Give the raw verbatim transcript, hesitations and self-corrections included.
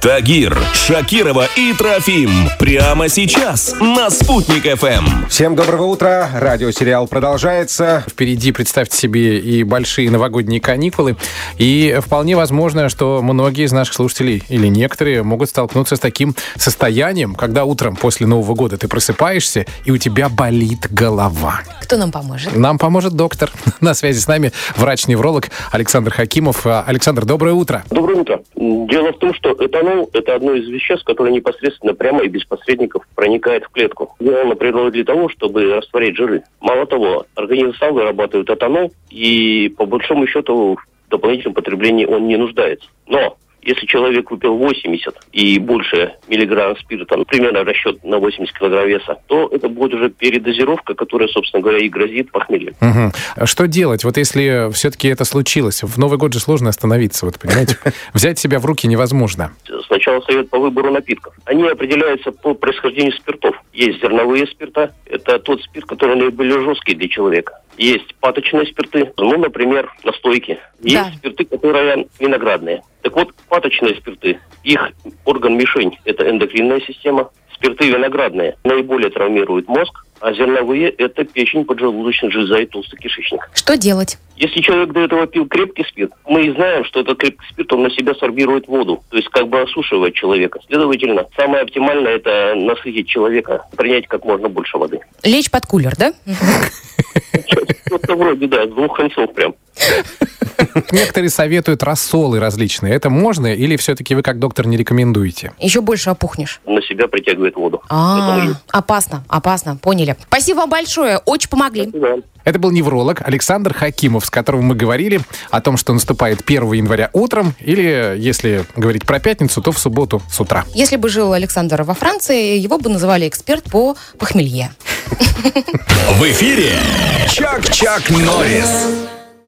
Тагир, Шакирова и Трофим. Прямо сейчас на Спутник эф эм. Всем доброго утра. Радиосериал продолжается. Впереди, представьте себе, и большие новогодние каникулы. И вполне возможно, что многие из наших слушателей или некоторые могут столкнуться с таким состоянием, когда утром после Нового года ты просыпаешься, и у тебя болит голова. Кто нам поможет? Нам поможет доктор. На связи с нами врач-невролог Александр Хакимов. Александр, доброе утро. Доброе утро. Дело в том, что этанол – это одно из веществ, которое непосредственно, прямо и без посредников проникает в клетку. Сделано природой для того, чтобы растворять жиры. Мало того, организм сам вырабатывает этанол, и по большому счету в дополнительном потреблении он не нуждается. Но если человек выпил восемьдесят и больше миллиграмм спирта, ну, примерно расчет на восемьдесят килограмм веса, то это будет уже передозировка, которая, собственно говоря, и грозит похмельем. Угу. Что делать, вот если все-таки это случилось? В Новый год же сложно остановиться, вот понимаете? Взять себя в руки невозможно. Сначала совет по выбору напитков. Они определяются по происхождению спиртов. Есть зерновые спирта, это тот спирт, который наиболее жесткий для человека. Есть паточные спирты, ну, например, настойки. Есть Да. спирты, которые виноградные. Так вот, паточные спирты, их орган-мишень – это эндокринная система. Спирты виноградные наиболее травмируют мозг, а зерновые – это печень, поджелудочная железа и толстый кишечник. Что делать? Если человек до этого пил крепкий спирт, мы и знаем, что этот крепкий спирт, он на себя сорбирует воду, то есть как бы осушивает человека. Следовательно, самое оптимальное – это насытить человека, принять как можно больше воды. Лечь под кулер, да? Что-то вроде, да, двух концов прям. Некоторые советуют рассолы различные. Это можно или все-таки вы как доктор не рекомендуете? Еще больше опухнешь. На себя притягивает воду. А, Поэтому опасно, опасно, поняли. Спасибо вам большое, очень помогли. да. Это был невролог Александр Хакимов, с которым мы говорили о том, что наступает первого января утром, или, если говорить про пятницу, то в субботу с утра. Если бы жил Александр во Франции, его бы называли эксперт по похмелье. В эфире Чак-Чак Норрис.